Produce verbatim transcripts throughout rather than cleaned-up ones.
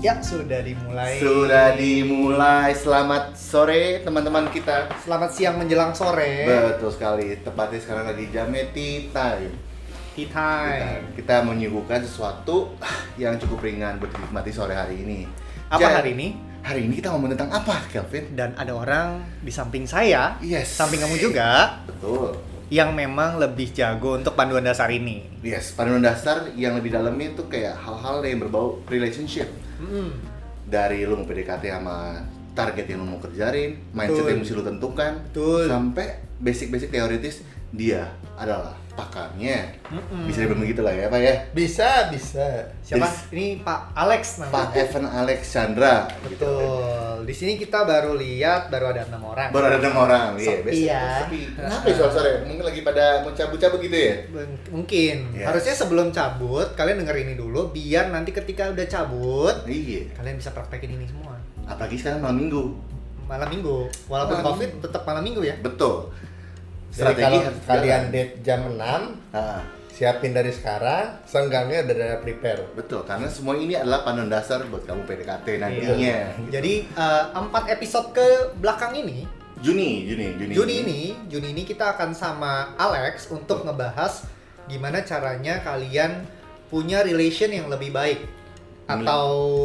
Ya, sudah dimulai. Sudah dimulai. Selamat sore teman-teman kita. Selamat siang menjelang sore. Betul sekali. Tepatnya sekarang lagi jamnya tea time. Tea time. Kita menyuguhkan sesuatu yang cukup ringan buat dinikmati sore hari ini. Apa Jadi, hari ini? Hari ini kita ngomong tentang apa, Kelvin? Dan ada orang di samping saya, Yes. samping kamu juga, Betul. yang memang lebih jago untuk panduan dasar ini. Yes, panduan dasar yang lebih dalamnya itu kayak hal-hal yang berbau relationship. Hmm. Dari lu mau P D K T sama target yang lu mau kerjain, mindset Betul. yang mesti lu tentukan, Betul. sampai basic-basic teoritis, dia adalah pakarnya. Mm-mm. Bisa dibilang begitu lah ya, Pak ya? Bisa, bisa. Siapa? Jadi- Ini Pak Alex namanya. Pak Evan Alexandra. Gitu. Betul. Di sini kita baru lihat baru ada enam orang. Baru ada enam orang, iya. Sepi biasa ya. sepi. Kenapa ya sore-sore? Mungkin lagi pada mau cabut-cabut gitu ya? M- Mungkin. Yes. Harusnya sebelum cabut kalian denger ini dulu biar nanti ketika udah cabut Iya. kalian bisa praktekin ini semua. Apalagi sekarang malam minggu. Malam minggu. Walaupun Malam Covid tetap malam minggu ya. Betul. Jadi kalau harus kalian jalan. date jam enam, Ah, siapin dari sekarang, seenggaknya udah ada prepare. betul, karena semua ini adalah panduan dasar buat kamu P D K T nantinya. Iya. Gitu. Jadi eh, empat episode ke belakang ini, Juni, Juni, Juni. Juni ini, Juni ini kita akan sama Alex untuk ngebahas gimana caranya kalian punya relation yang lebih baik atau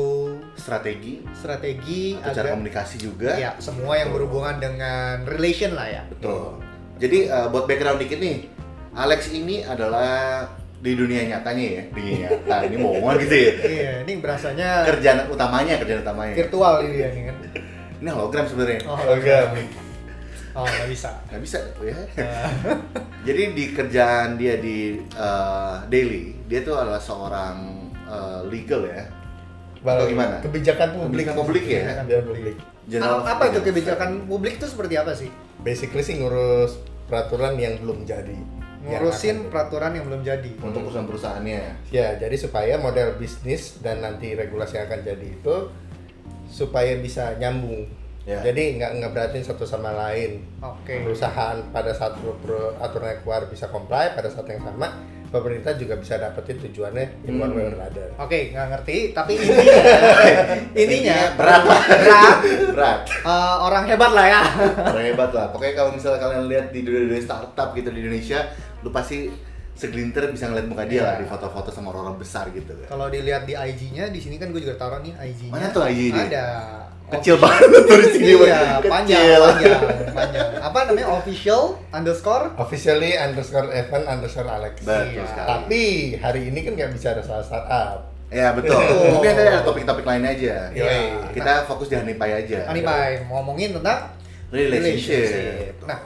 Strategi strategi atau cara agar komunikasi juga. ya semua yang berhubungan dengan relation lah ya. Betul. Jadi uh, buat background dikit nih, Alex ini adalah di dunia nyatanya ya, dunia nyata. Ini bohongan gitu ya. Iya, ini berasanya Kerjaan utamanya, kerjaan utamanya. virtual ini ya nih kan. Ini hologram sebenarnya. Oh, Hologram. Oh, nggak bisa. Nggak bisa ya. Eh, Jadi di kerjaan dia di uh, daily, dia tuh adalah seorang uh, legal ya. Atau gimana? Kebijakan publik. Kebijakan publik ya? Kebijakan publik. General apa itu kebijakan publik itu seperti apa sih? Basically sih ngurus peraturan yang belum jadi. Yang Ngurusin akan- peraturan yang belum jadi. untuk perusahaan-perusahaannya. Ya, jadi supaya model bisnis dan nanti regulasi yang akan jadi itu supaya bisa nyambung. Ya. Jadi nggak ngeberatin satu sama lain. Oke. Perusahaan pada saat pro- pro- aturannya keluar bisa comply, pada saat yang sama pemerintah juga bisa dapetin tujuannya in one way or another. Oke, nggak ngerti, tapi intinya, intinya berat lah. berat, Berat. eh, orang hebat lah ya. Orang hebat lah. Pokoknya kalau misalnya kalian lihat di dunia-dunia startup gitu di Indonesia, lu pasti segelintir bisa ngeliat muka dia Iya. lah di foto-foto sama orang-orang besar gitu kan. Kalau dilihat di I G-nya, di sini kan gue juga taruh nih I G-nya. Mana tuh I G dia? Ada. Kecil banget tuh di sini. Iya, Kecil. panjang, panjang, panjang. Apa namanya? Official underscore? Officially underscore Evan underscore Alex. Betul Iya. sekali. Tapi hari ini kan nggak bicara soal startup. Ya betul. Betul. Mungkin ada topik-topik lain aja. Iya. Kita fokus di Hanipai aja. Hanipai, ngomongin tentang Relationship. Nah,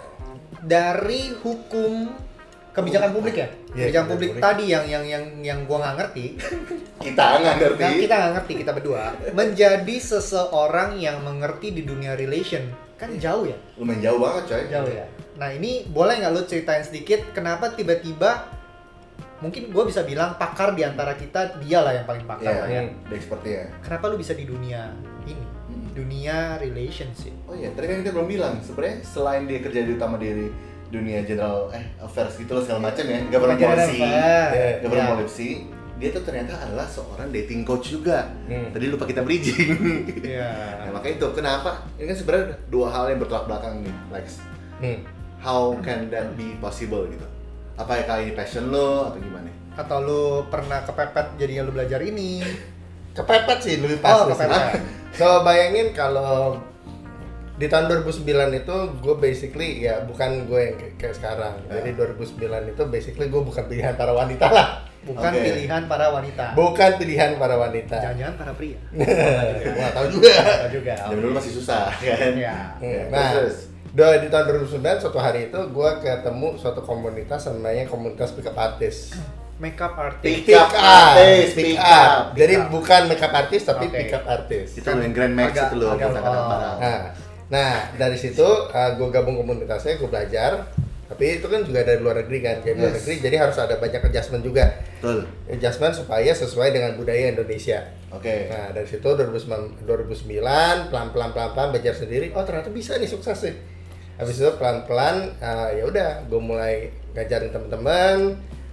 dari hukum kebijakan publik ya, Iya, kebijakan kebijakan publik publik. tadi yang yang yang yang gua nggak ngerti, Kita nggak ngerti. nah, kita nggak ngerti kita berdua, menjadi seseorang yang mengerti di dunia relation kan jauh ya, Lumayan jauh banget coy. jauh ya. Nah ini boleh nggak lu ceritain sedikit kenapa tiba-tiba mungkin gue bisa bilang pakar di antara kita dia lah yang paling pakar Iya, lah ya. the expertnya. Kenapa lu bisa di dunia ini, Hmm. dunia relationship? Oh iya, tadi kan kita belum bilang sebenarnya selain dia kerja di utama di dunia general eh affairs gitu loh segala macam ya, government Pelajaran policy, apa? Iya, government Ya. policy, dia tuh ternyata adalah seorang dating coach juga. Hmm. Tadi lupa kita bridging. Iya. Nah, makanya itu kenapa? Ini kan sebenarnya dua hal yang bertolak belakang nih, Lex. Hmm. How can that be possible gitu? Apa kali ini passion lo atau gimana? Atau lu pernah kepepet jadinya lu belajar ini? Kepepet sih lebih pas. Oh, sih. kepepet. So bayangin kalau di tahun dua ribu sembilan itu gue basically ya bukan gue yang kayak, kayak sekarang. Ya. Jadi dua ribu sembilan itu basically gue bukan pilihan para wanita lah. Bukan Oke. pilihan para wanita. Bukan pilihan para wanita. Jangan-jangan para pria. Gue nggak tahu juga. Tahu juga. Zaman dulu masih susah kan? Iya. Ya, Nah, terus. do- di tahun dua ribu sembilan suatu hari itu gue ketemu suatu komunitas namanya komunitas pickup artist. Makeup artist. Pick up artist, pick pick up. up. Jadi Pick up. bukan makeup artist tapi Oke. pick up artist. Itu yang Grand Max Agak- itu loh, agak- kata-kata oh. barang. Nah, nah dari situ uh, gue gabung komunitasnya, gue belajar. Tapi itu kan juga dari luar negeri kan, kayak luar Yes. negeri, jadi harus ada banyak adjustment juga. Betul. Adjustment supaya sesuai dengan budaya Indonesia. Oke. Nah dari situ dua ribu sembilan, dua ribu sembilan pelan-pelan pelan-pelan belajar sendiri. Oh ternyata bisa nih sukses sih. Habis itu pelan-pelan uh, ya udah gue mulai ngajarin teman-teman.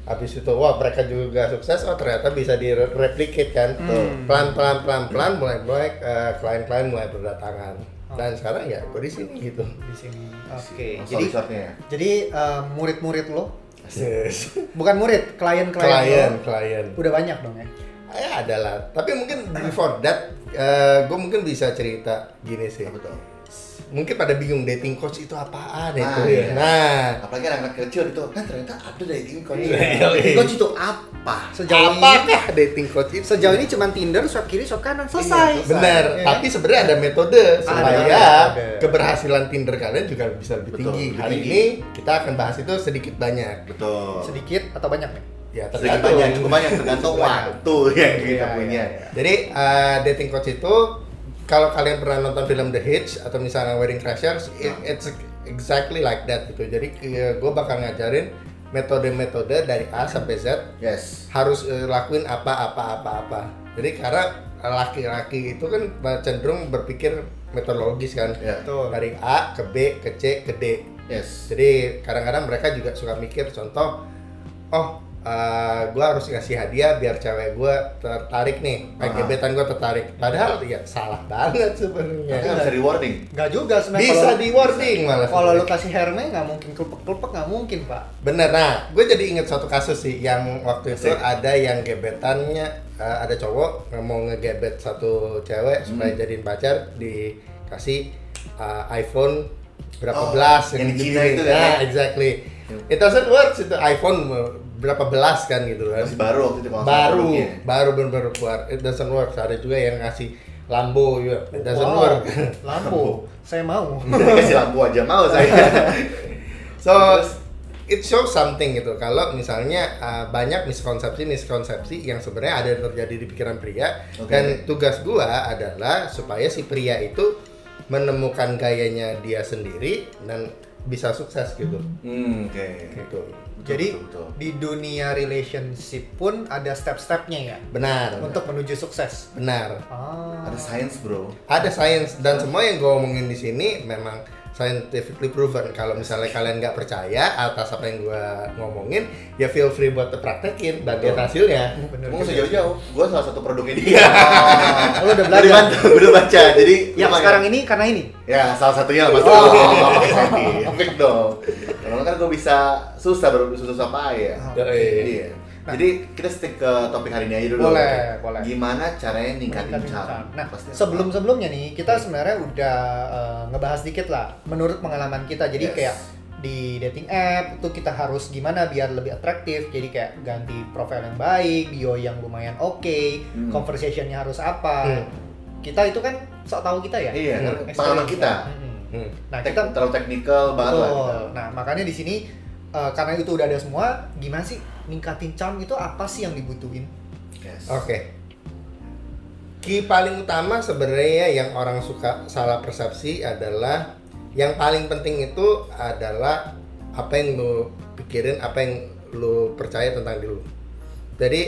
habis itu wah mereka juga sukses, oh ternyata bisa direplicate kan. Hmm. Pelan-pelan pelan-pelan mulai-mulai uh, klien-klien mulai berdatangan. Dan sekarang ya gue di sini gitu. Di sini. Oke. Jadi Jadi shortnya. jadi eh, murid-murid lo, bukan murid, klien-klien klien, lo klien. udah banyak dong ya. Ya adalah. Tapi mungkin before that, uh, gue mungkin bisa cerita gini sih. Betul. Mungkin pada bingung dating coach itu apaan itu Ah, ya. iya. Nah, Apalagi anak-anak kecil itu, kan ternyata ada dating coach. Iya. Dating coach itu apa? Sejauh ini apakah dating coach itu? sejauh ini cuma Tinder, swipe kiri, swipe kanan, selesai. Iya, Benar, Ya. tapi sebenarnya ada metode supaya metode. keberhasilan Tinder kalian juga bisa lebih Betul, tinggi. lebih Hari tinggi. ini kita akan bahas itu sedikit banyak. Betul. Sedikit atau banyak nih? Ya, Sedikit tergantung. banyak, cukup banyak tergantung Cukup banyak. waktu yang kita Iya, punya. iya, iya. Jadi uh, dating coach itu kalau kalian pernah nonton film The Hitch atau misalnya Wedding Crashers, it- it's exactly like that gitu. Jadi gue bakal ngajarin metode-metode dari A sampai Z, Yes. harus uh, lakuin apa apa apa apa. Jadi karena laki-laki itu kan cenderung berpikir metodologis kan, Ya. Betul. dari A ke B ke C ke D. Yes. Jadi kadang-kadang mereka juga suka mikir, contoh, oh uh, gue harus ngasih hadiah biar cewek gue tertarik nih, Ah. gebetan gue tertarik. Padahal ya salah banget Tapi sebenarnya. nggak bisa rewarding. Nggak juga sebenarnya. Bisa kalau- di wording malah. Kalau lu sebenarnya. kasih herme nggak mungkin kelepek-kelepek, nggak mungkin pak. Bener, nah gue jadi inget suatu kasus sih yang waktu itu Asik. ada yang gebetannya, uh, ada cowok yang mau ngegebet satu cewek supaya Hmm. jadiin pacar, dikasih uh, iPhone berapa Oh, belas yang di gitu. Cina itu kan Nah, ya? exactly. It doesn't work itu iPhone berapa belas kan gitu kan. Masih baru waktu itu kalau nggak salah Baru, produknya. baru bener-bener keluar. It doesn't work. Ada juga yang ngasih Lambo juga. It doesn't Wow, work. Lampu, saya mau. Kasih lampu aja mau saya. So it shows something gitu. Kalau misalnya uh, banyak miskonsepsi-miskonsepsi yang sebenarnya ada terjadi di pikiran pria, Oke. dan tugas gua adalah supaya si pria itu menemukan gayanya dia sendiri dan bisa sukses gitu. Hmm, oke. Gitu. Betul, Jadi betul, betul. di dunia relationship pun ada step-stepnya ya Benar. untuk menuju sukses. benar. Ah. Ada science, bro. Ada sains, dan semua yang gue omongin di sini memang scientifically proven. Kalau misalnya kalian nggak percaya atas apa yang gue ngomongin, ya feel free buat praktekin dan lihat Betul. hasilnya. Bener Gue nggak usah juga. jauh-jauh. Gue salah satu produknya dia. Oh, lu udah Udah belajar. dibantu, udah baca. Jadi Yang lumayan. sekarang ini karena ini. Ya, salah satunya lah pasti. Oh. Efek dong. Kalau kan gue bisa susah baru susah apa ya. Yoi. Iya. Jadi kita stick ke topik hari ini aja dulu. Boleh, boleh. Gimana caranya ningkatin Meningkatin charm? charm. Nah, Pasti apa? sebelum-sebelumnya nih kita sebenarnya udah eh, ngebahas dikit lah menurut pengalaman kita. Jadi Yes. kayak di dating app itu kita harus gimana biar lebih atraktif. Jadi kayak ganti profil yang baik, bio yang lumayan oke, Hmm. conversationnya harus apa. Hmm. Kita itu kan sok tahu kita ya. Iya, kan Experience pengalaman kita. Hmm. Hmm. Nah, Tek- kita terlalu teknikal banget lah. betul. kita. Nah, makanya di sini eh, karena itu udah ada semua, gimana sih ningkatin charm itu apa sih yang dibutuhin? Yes. Oke. Key paling utama sebenarnya yang orang suka salah persepsi adalah yang paling penting itu adalah apa yang lu pikirin, apa yang lu percaya tentang diri lu. Jadi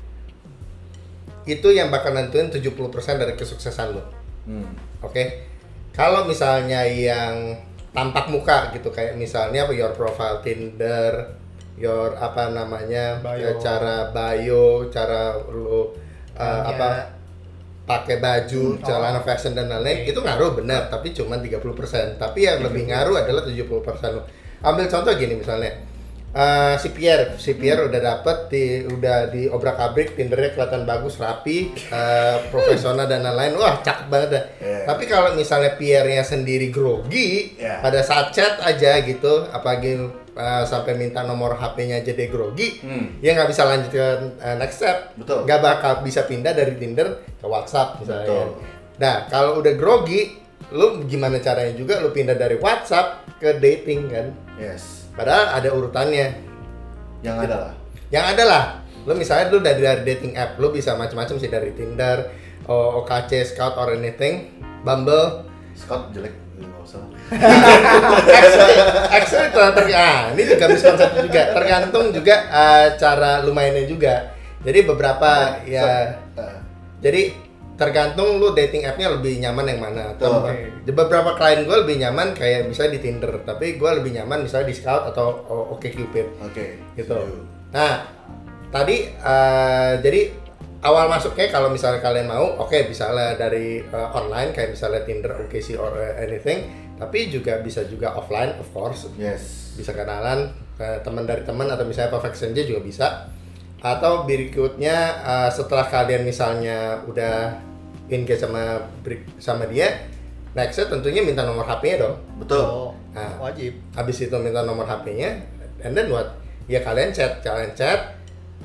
itu yang bakal nentuin tujuh puluh persen dari kesuksesan lu. Hmm. Oke. Kalau misalnya yang tampak muka gitu, kayak misalnya apa your profile Tinder, your apa namanya Bio. ya, cara bio, cara lu uh, Tanya. apa pakai baju, Hmm, celana oh. fashion dan lain-lain, Oke. itu ngaruh benar, tapi cuma tiga puluh persen. Tapi yang lebih ngaruh adalah tujuh puluh persen. Ambil contoh gini misalnya. Uh, si Pierre, si Pierre udah dapet di udah di obrak-abrik, Tindernya kelihatan bagus, rapi, uh, profesional dan lain-lain. Wah, cakep banget dah. Yeah. Tapi kalau misalnya Pierre-nya sendiri grogi, Yeah. pada saat chat aja gitu, apalagi uh, sampai minta nomor H P-nya aja dia grogi, Hmm. dia nggak bisa lanjut ke uh, next step. Betul. Nggak bakal bisa pindah dari Tinder ke WhatsApp misalnya. Betul. Nah, kalau udah grogi, lu gimana caranya juga lu pindah dari WhatsApp ke dating kan? Yes. Padahal ada urutannya. Yang ada lah. Yang ada lah. Lu misalnya lu dari, dari dating app, lu bisa macam-macam sih, dari Tinder, O K C, Scout or anything, Bumble. Scott jelek. Nggak usah. actually, actually ter- ter- ah, ini juga miskonsepsi juga. Tergantung juga uh, cara lu mainnya juga. Jadi beberapa ya, Uh, jadi tergantung lu dating app-nya lebih nyaman yang mana. Atau Betul. di beberapa klien gue lebih nyaman kayak misalnya di Tinder, tapi gue lebih nyaman misalnya di Scout atau O- OkCupid. Oke. Gitu. Setuju. Nah, tadi uh, jadi awal masuknya kalau misalnya kalian mau, oke okay, misalnya dari uh, online kayak misalnya Tinder, O K C or uh, anything, tapi juga bisa juga offline of course. Yes. Bisa kenalan uh, teman dari teman atau misalnya perfect stranger juga bisa. Atau berikutnya uh, setelah kalian misalnya udah engage sama sama dia, nextnya tentunya minta nomor H P-nya dong. Betul. Oh, Nah, wajib. habis itu minta nomor H P-nya, and then what? Ya kalian chat, kalian chat.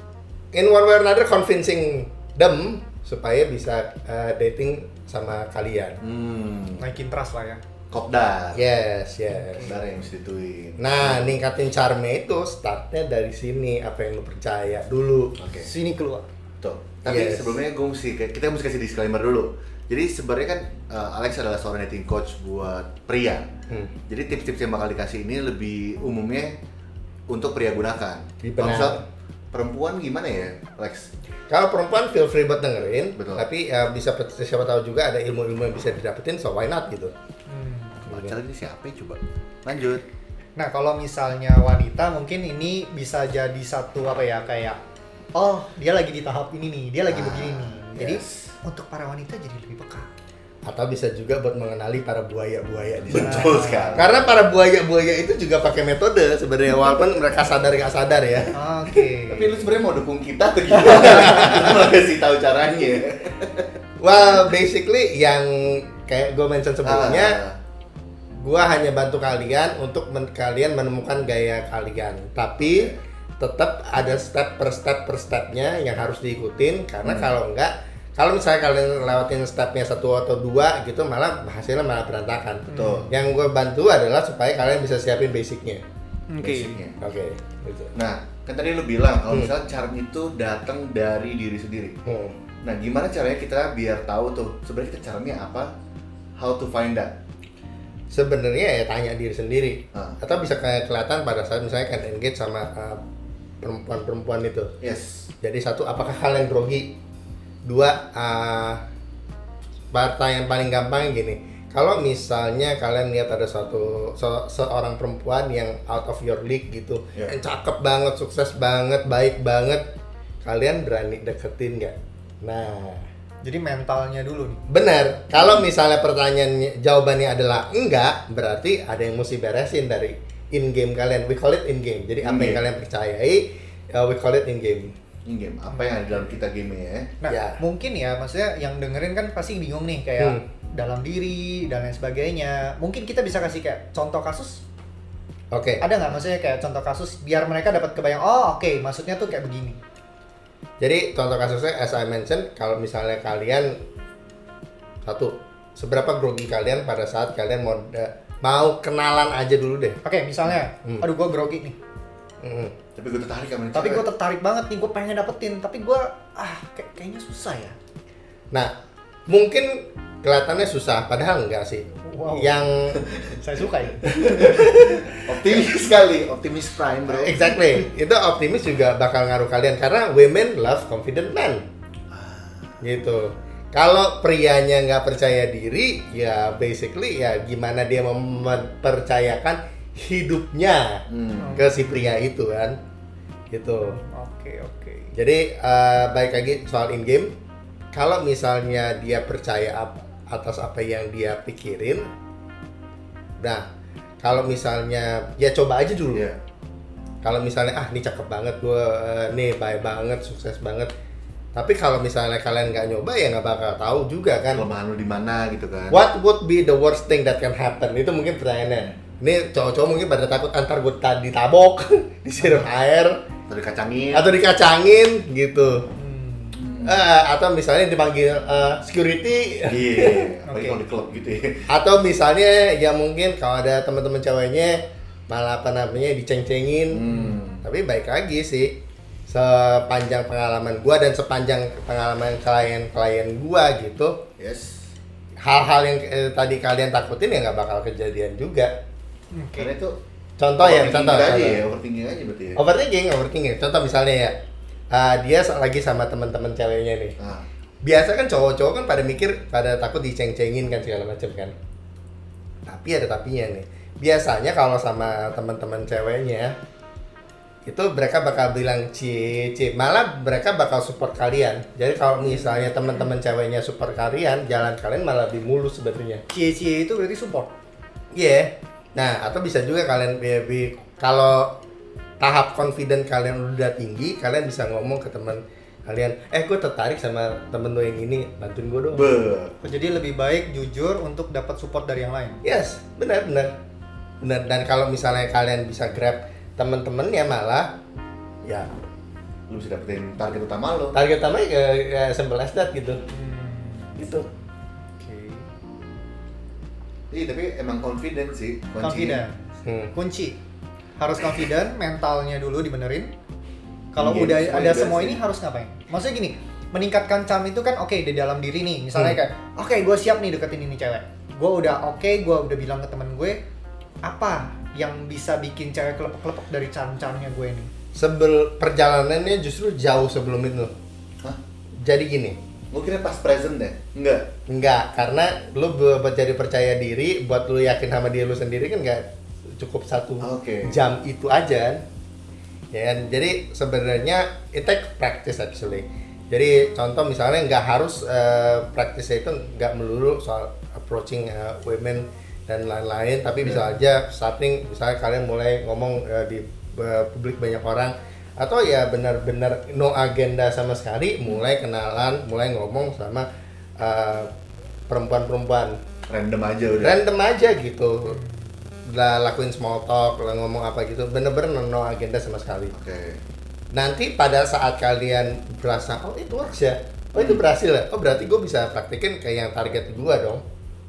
In one way or another convincing them supaya bisa uh, dating sama kalian. Hmm. Naikin trust lah ya. Kopdar. Yes, yes. Kopdar yang mesti dituin. Nah, ningkatin charme itu startnya dari sini. Apa yang lu percaya dulu. Oke. Sini keluar. Tuh. Tapi Yes. sebelumnya gue mesti kita mesti kasih disclaimer dulu. Jadi sebenarnya kan uh, Alex adalah seorang dating coach buat pria. Hmm. Jadi tips-tips yang bakal dikasih ini lebih umumnya untuk pria gunakan. Benar. Kalau misal perempuan gimana ya, Lex? Kalau perempuan feel free buat dengerin, Betul. tapi uh, bisa siapa tahu juga ada ilmu-ilmu yang bisa didapetin, so why not gitu. Hmm. Pacar ini siapa ya coba? Lanjut. Nah, kalau misalnya wanita mungkin ini bisa jadi satu apa ya, kayak oh, dia lagi di tahap ini nih, dia lagi Ah, begini nih. Jadi yes. untuk para wanita jadi lebih peka. Atau bisa juga buat mengenali para buaya-buaya di sana. Betul sekali. Karena para buaya-buaya itu juga pakai metode sebenarnya, walaupun mereka sadar nggak sadar ya. Oke. Tapi lu sebenarnya mau dukung kita atau gimana? Lu mau kasih tahu caranya. Well, basically yang kayak gue mention sebelumnya, Ah, gue hanya bantu kalian untuk men- kalian menemukan gaya kalian. Tapi tetap ada step per step per stepnya yang harus diikutin, karena Hmm. kalau enggak, kalau misalnya kalian lewatin stepnya satu atau dua gitu, malah hasilnya malah berantakan. betul. Yang gue bantu adalah supaya kalian bisa siapin basicnya. Oke. Basicnya. Oke, gitu. Nah, kan tadi lu bilang kalau Hmm. misalnya charm itu datang dari diri sendiri. Hmm. Nah, gimana caranya kita biar tahu tuh sebenarnya kita charmnya apa? How to find that? Sebenarnya ya tanya diri sendiri. Ah. Atau bisa kayak kelihatan pada saat misalnya kalian engage sama uh, perempuan-perempuan itu. Yes. Jadi satu, apakah kalian grogi? Dua, uh, pertanyaan paling gampang gini. Kalau misalnya kalian lihat ada suatu se- seorang perempuan yang out of your league gitu, Yeah. yang cakep banget, sukses banget, baik banget, kalian berani deketin nggak? Nah, Jadi mentalnya dulu nih. benar. Kalau misalnya pertanyaannya jawabannya adalah enggak, berarti ada yang mesti beresin dari in game kalian. We call it in game. Jadi apa yang In-game. kalian percayai, uh, we call it in game. Ini game apa yang ada di dalam kita game ya? Nah, Ya. mungkin ya, maksudnya yang dengerin kan pasti bingung nih kayak Hmm. dalam diri dan lain sebagainya. Mungkin kita bisa kasih kayak contoh kasus. Oke. Ada nggak maksudnya kayak contoh kasus biar mereka dapat kebayang, oh oke, maksudnya tuh kayak begini. Jadi contoh kasusnya as I mentioned, kalau misalnya kalian satu, seberapa grogi kalian pada saat kalian mau mau kenalan aja dulu deh. Oke, misalnya, Hmm. aduh gue grogi nih. Mm. Tapi gue tertarik sama ini Tapi cewek. gue tertarik banget nih, gue pengen dapetin. Tapi gue, ah kayak, kayaknya susah ya. Nah, mungkin kelihatannya susah, padahal enggak sih. Wow. Yang Saya suka ya. Optimis sekali, optimis prime bro. exactly, itu optimis juga bakal ngaruh kalian karena women love confident men. Gitu. Kalau prianya nggak percaya diri, ya basically ya gimana dia mempercayakan hidupnya Hmm. ke si pria itu kan, gitu. Oke, oke. Jadi eh, baik lagi soal in game, kalau misalnya dia percaya ap- atas apa yang dia pikirin, nah kalau misalnya ya coba aja dulu. Iya. Kalau misalnya ah ini cakep banget gue, nih baik banget, sukses banget. Tapi kalau misalnya kalian nggak nyoba ya nggak bakal tahu juga kan. Kelemahan lu di mana gitu kan? What would be the worst thing that can happen? Itu mungkin pertanyaannya. Ini cowok-cowok mungkin pada takut antar gue tadi ditabok, disiram air, Tadi kacangin. atau dikacangin gitu. Hmm. Eh, atau misalnya dipanggil eh, security, Iya. Apalagi Oke. kalau di klub gitu ya. atau misalnya ya mungkin kalau ada teman-teman ceweknya malah apa namanya diceng-cengin. Hmm. Tapi baik lagi sih, sepanjang pengalaman gua dan sepanjang pengalaman klien-klien gua gitu, Yes. hal-hal yang eh, tadi kalian takutin ya nggak bakal kejadian juga. Oke. Karena itu Contoh ya, overthinking contoh. aja contoh. ya, overthinking aja berarti ya. Overthinking, overthinking. Contoh misalnya ya, uh, dia lagi sama teman-teman ceweknya nih. Ah. Biasa kan cowok-cowok kan pada mikir, pada takut diceng-cengin kan segala macam kan. Tapi ada tapinya nih. Biasanya kalau sama teman-teman ceweknya, itu mereka bakal bilang cie cie, malah mereka bakal support kalian. Jadi kalau misalnya teman-teman ceweknya support kalian, jalan kalian malah lebih mulus sebenarnya. Cie-cie itu berarti support. Iya. Yeah. Nah, atau bisa juga kalian be- kalau tahap confident kalian udah tinggi, kalian bisa ngomong ke teman kalian, eh gue tertarik sama temen lo yang ini, bantuin gue dong. Be. Jadi lebih baik jujur untuk dapat support dari yang lain. Yes, benar benar. Benar. Dan kalau misalnya kalian bisa grab temen-temennya, malah ya Lu bisa dapetin target utama lo. target utamanya kayak, kayak simple as that gitu. Hmm. Gitu. Oke. Iya, tapi emang confident sih kuncinya. Confident. Hmm. Kunci. Harus confident, mentalnya dulu dibenerin. Kalau Iya, udah semua ada juga semua sih. ini harus ngapain? Maksudnya gini, meningkatkan charm itu kan oke di dalam diri nih. Misalnya Hmm. kayak, oke gue siap nih deketin ini cewek. Gue udah oke, gue udah bilang ke temen gue apa yang bisa bikin cewek kelepek-kelepek dari charm-charmnya gue nih. Sebel perjalanannya justru jauh sebelum itu. Hah? Jadi gini, Gue kira pas present deh. Enggak. enggak, karena lu bu- buat jadi percaya diri, buat lu yakin sama diri lu sendiri kan enggak cukup satu Oke. jam itu aja. Ya kan? Jadi sebenarnya it take practice actually. Jadi contoh misalnya nggak harus uh, praktisnya itu nggak melulu soal approaching uh, women dan lain-lain, tapi bisa aja starting misalnya kalian mulai ngomong uh, di uh, publik banyak orang, atau ya benar-benar no agenda sama sekali, mulai kenalan, mulai ngomong sama uh, perempuan-perempuan Random aja udah. random aja gitu, lah lakuin small talk, lah ngomong apa gitu, bener-bener no agenda sama sekali. Oke. Nanti pada saat kalian berasa, oh itu works ya, oh itu berhasil ya, oh berarti gue bisa praktekin kayak yang target gue dong.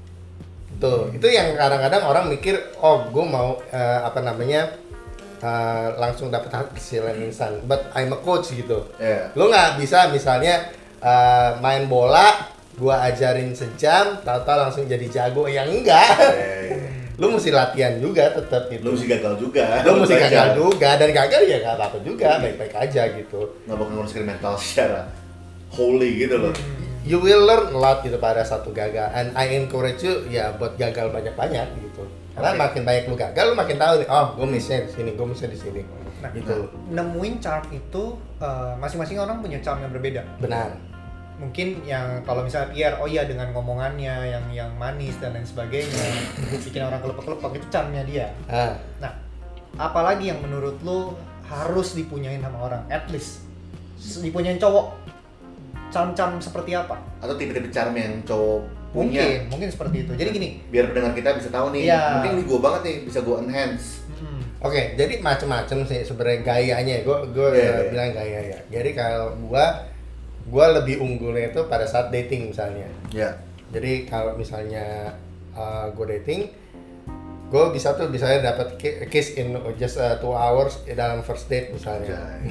Tuh, itu yang kadang-kadang orang mikir, oh gue mau uh, apa namanya uh, langsung dapat hasil instan, but I'm a coach gitu. Iya. Lo nggak bisa misalnya uh, main bola, gue ajarin sejam, tahu-tahu langsung jadi jago, yang enggak. Oke. Lu mesti latihan juga tetap gitu. Lu mesti gagal juga. Lu mesti Belajar. gagal juga, dan gagal ya nggak apa-apa juga, baik-baik aja gitu. Nggak bakal ngurusin mental secara holy gitu loh. You will learn a lot gitu pada satu gagal, and I encourage you ya buat gagal banyak-banyak gitu. Karena Oke. makin banyak lu gagal, lu makin tahu nih, oh gue missnya di sini, gue missnya di sini. Nah, Gitu. nemuin charm itu uh, masing-masing orang punya charm yang berbeda. Benar. Mungkin yang kalau misalnya Pierre, oh iya dengan ngomongannya yang yang manis dan lain sebagainya, bikin orang kelepek-kelepek, itu charmnya dia. Ah, Nah, apalagi yang menurut lu harus dipunyain sama orang, at least S- dipunyain cowok, charm-charm seperti apa? Atau tipe-tipe charm yang cowok punya. Mungkin, mungkin seperti itu. Jadi gini, Biar pendengar kita bisa tahu nih. Iya. Mungkin ini gue banget nih, bisa gue enhance. hmm, Oke, jadi macam-macam sih sebenarnya gayanya. Gue gue Iya, iya. bilang gaya ya. Jadi kalau gua gua lebih unggulnya itu pada saat dating misalnya. Ya. Jadi kalau misalnya uh, gue dating, gue bisa tuh misalnya dapat ki- kiss in just uh, two hours dalam first date misalnya. Jai.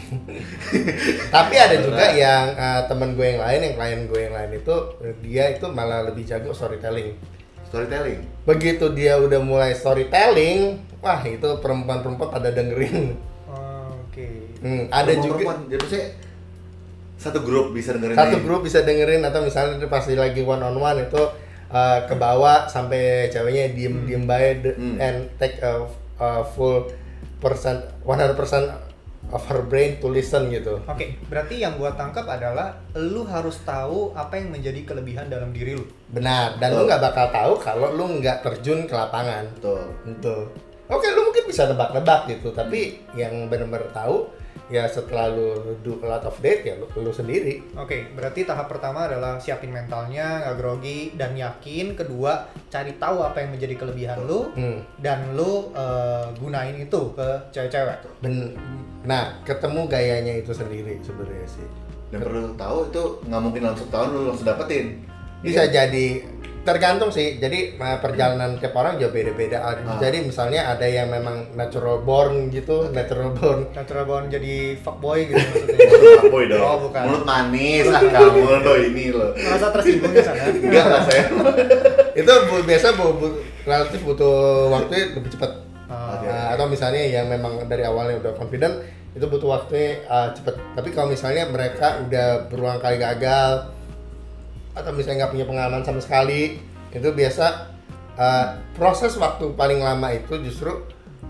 Tapi ada juga yang uh, temen gue yang lain, yang klien gue yang lain itu dia itu malah lebih jago storytelling. Storytelling. Begitu dia udah mulai storytelling, wah itu perempuan-perempuan pada dengerin. oke. Hmm, ada juga Perempuan-perempuan. Jadi maksudnya satu grup bisa dengerin satu nih. grup bisa dengerin, atau misalnya dia pasti lagi one on one itu uh, ke bawah sampai ceweknya diem diem baik de- Hmm. and take a, a full percent one hundred percent of her brain to listen gitu. Oke, berarti yang gua tangkap adalah lu harus tahu apa yang menjadi kelebihan dalam diri lu. Benar, dan lu nggak bakal tahu kalau lu nggak terjun ke lapangan. Betul. Gitu. Oke, lu mungkin bisa nebak-nebak gitu, tapi yang benar-benar tahu ya setelah lu do a lot of date ya lu, lu sendiri. Oke, berarti tahap pertama adalah siapin mentalnya, nggak grogi, dan yakin. Kedua, cari tahu apa yang menjadi kelebihan lu, Hmm. dan lu uh, gunain itu ke cewek-cewek. Ben- nah, ketemu gayanya itu sendiri sebenarnya sih. Dan perlu tahu itu nggak mungkin dalam satu tahun lu langsung dapetin. Bisa jadi tergantung sih. Jadi uh, perjalanan tiap orang juga beda-beda. Ah. Jadi misalnya ada yang memang natural born gitu, natural born. Natural born jadi fuckboy gitu maksudnya. Boy dong. Oh, bukan. Mulut manis lah kamu lo ini lo. Merasa tersinggung di sana. Enggak lah saya. Itu bu- biasa bu- bu- relatif butuh waktu lebih cepat. Ah, Oke. Uh, atau misalnya yang memang dari awalnya udah confident, itu butuh waktunya uh, cepet. Tapi kalau misalnya mereka udah berulang kali gagal, atau misalnya nggak punya pengalaman sama sekali, itu biasa uh, proses waktu paling lama itu justru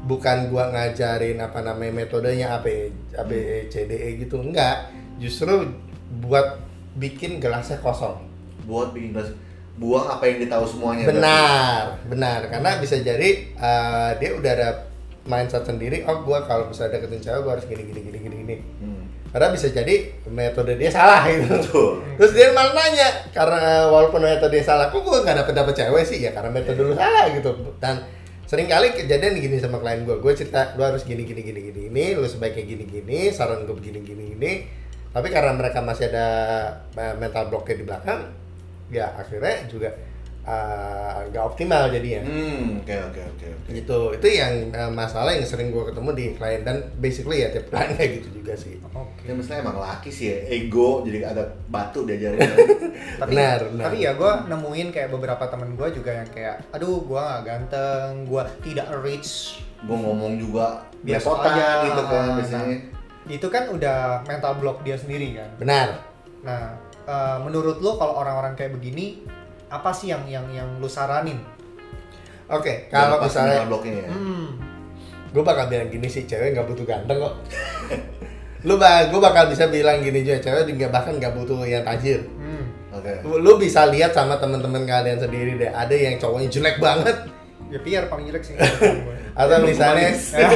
bukan gua ngajarin apa namanya metodenya A B A B E C D E gitu, enggak. Justru buat bikin gelasnya kosong. Buat bikin gelas, buang apa yang dia tahu semuanya. Benar, berarti. benar. Karena bisa jadi uh, dia udah ada mindset sendiri. Oh, gua kalau bisa deketin cewek gua harus gini gini gini gini gini. Hmm. Karena bisa jadi metode dia salah gitu. Betul. Terus dia malah nanya, karena walaupun metode dia salah, kok gue nggak dapet dapet cewek sih? Ya karena metode lu salah gitu. Dan sering kali kejadian gini sama klien gue, gue cerita lu harus gini gini gini gini ini, lu sebaiknya gini gini, saran gue begini gini gini. Tapi karena mereka masih ada mental blocknya di belakang, ya akhirnya juga nggak uh, optimal jadinya. Hmm, oke oke oke oke. Gitu, itu yang uh, masalah yang sering gue ketemu di klien dan basically ya tiap klien kayak gitu juga sih. Oke. Okay. Ya misalnya emang laki sih ya, ego jadi ada batu diajarin. tapi, benar, benar. Tapi ya gue nemuin kayak beberapa temen gue juga yang kayak, aduh gue nggak ganteng, gue tidak rich. Gue ngomong juga biasa aja gitu kan biasanya. Nah, itu kan udah mental block dia sendiri kan. Benar. Nah, uh, menurut lo kalau orang-orang kayak begini apa sih yang yang yang lu saranin? Oke, okay, kalau misalnya bloknya ya. Hmm, gue bakal bilang gini sih, cewek nggak butuh ganteng kok. Lu bak, gue bakal bisa bilang gini juga, cewek juga bahkan nggak butuh yang tajir. Hmm. Oke. Okay. Lu bisa lihat sama teman-teman kalian sendiri deh, ada yang cowoknya jelek banget. Ya Pierre paling jelek sih. Atau misalnya,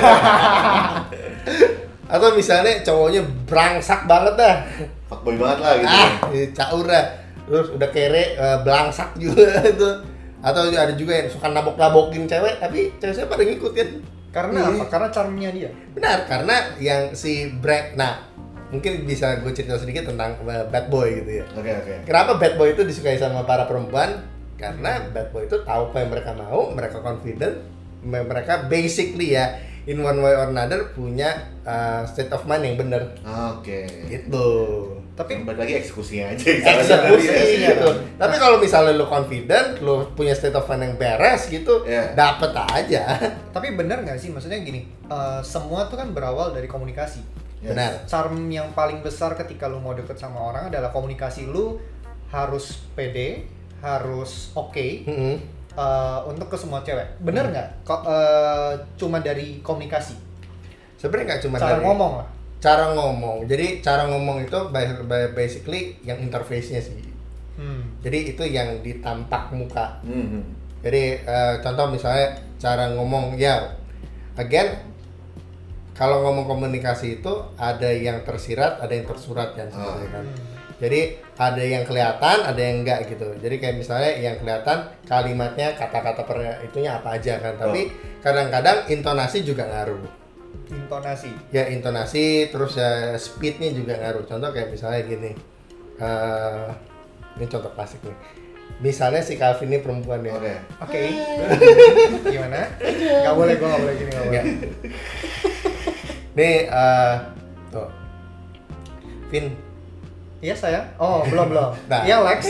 atau misalnya cowoknya brangsak banget dah. Fuckboy banget lah gitu. Ah, caur dah. Terus udah kere, uh, belangsak juga itu. Atau ada juga yang suka nabok-nabokin cewek, tapi cewek-cewek pada ngikutin. Karena apa? Karena charmnya dia. Benar, karena yang si Brad, nah mungkin bisa gue cerita sedikit tentang uh, bad boy gitu ya. Oke okay, oke. Okay. Kenapa bad boy itu disukai sama para perempuan? Karena bad boy itu tahu apa yang mereka mau, mereka confident, mereka basically ya in one way or another punya uh, state of mind yang benar. Oke. Okay. Gitu. Tapi balik lagi eksekusinya aja. Eksekusi gitu. Tapi kalau misalnya lu confident, lu punya state of mind yang beres gitu, yeah. dapet aja. Tapi benar nggak sih? Maksudnya gini, uh, semua tuh kan berawal dari komunikasi. Yes. Benar. Charm yang paling besar ketika lu mau deket sama orang adalah komunikasi lu harus pede, harus oke. Okay. Mm-hmm. Uh, untuk ke semua cewek, bener nggak? Hmm. Ko- uh, cuma dari komunikasi? Sebenarnya nggak cuma cara dari ngomong lah. Cara ngomong. Jadi cara ngomong itu basically yang interface-nya sih. Hmm. Jadi itu yang ditampak muka. Hmm. Jadi uh, contoh misalnya cara ngomong ya, again kalau ngomong komunikasi itu ada yang tersirat, ada yang tersurat kan sebenarnya kan. Hmm. Jadi ada yang kelihatan, ada yang enggak gitu. Jadi kayak misalnya yang kelihatan kalimatnya, kata-kata per itunya apa aja kan. Tapi oh. kadang-kadang intonasi juga ngaruh. Intonasi? Ya intonasi, terus ya speednya juga ngaruh. Contoh kayak misalnya gini. Uh, ini contoh klasik nih. Misalnya si Calvin ini perempuan ya. Oke. Okay. Okay. Gimana? Gak boleh, gue gak boleh gini, gak boleh. Nih, uh, tuh. Vin. Iya sayang. Oh belum belum. Nah. Iya Lex.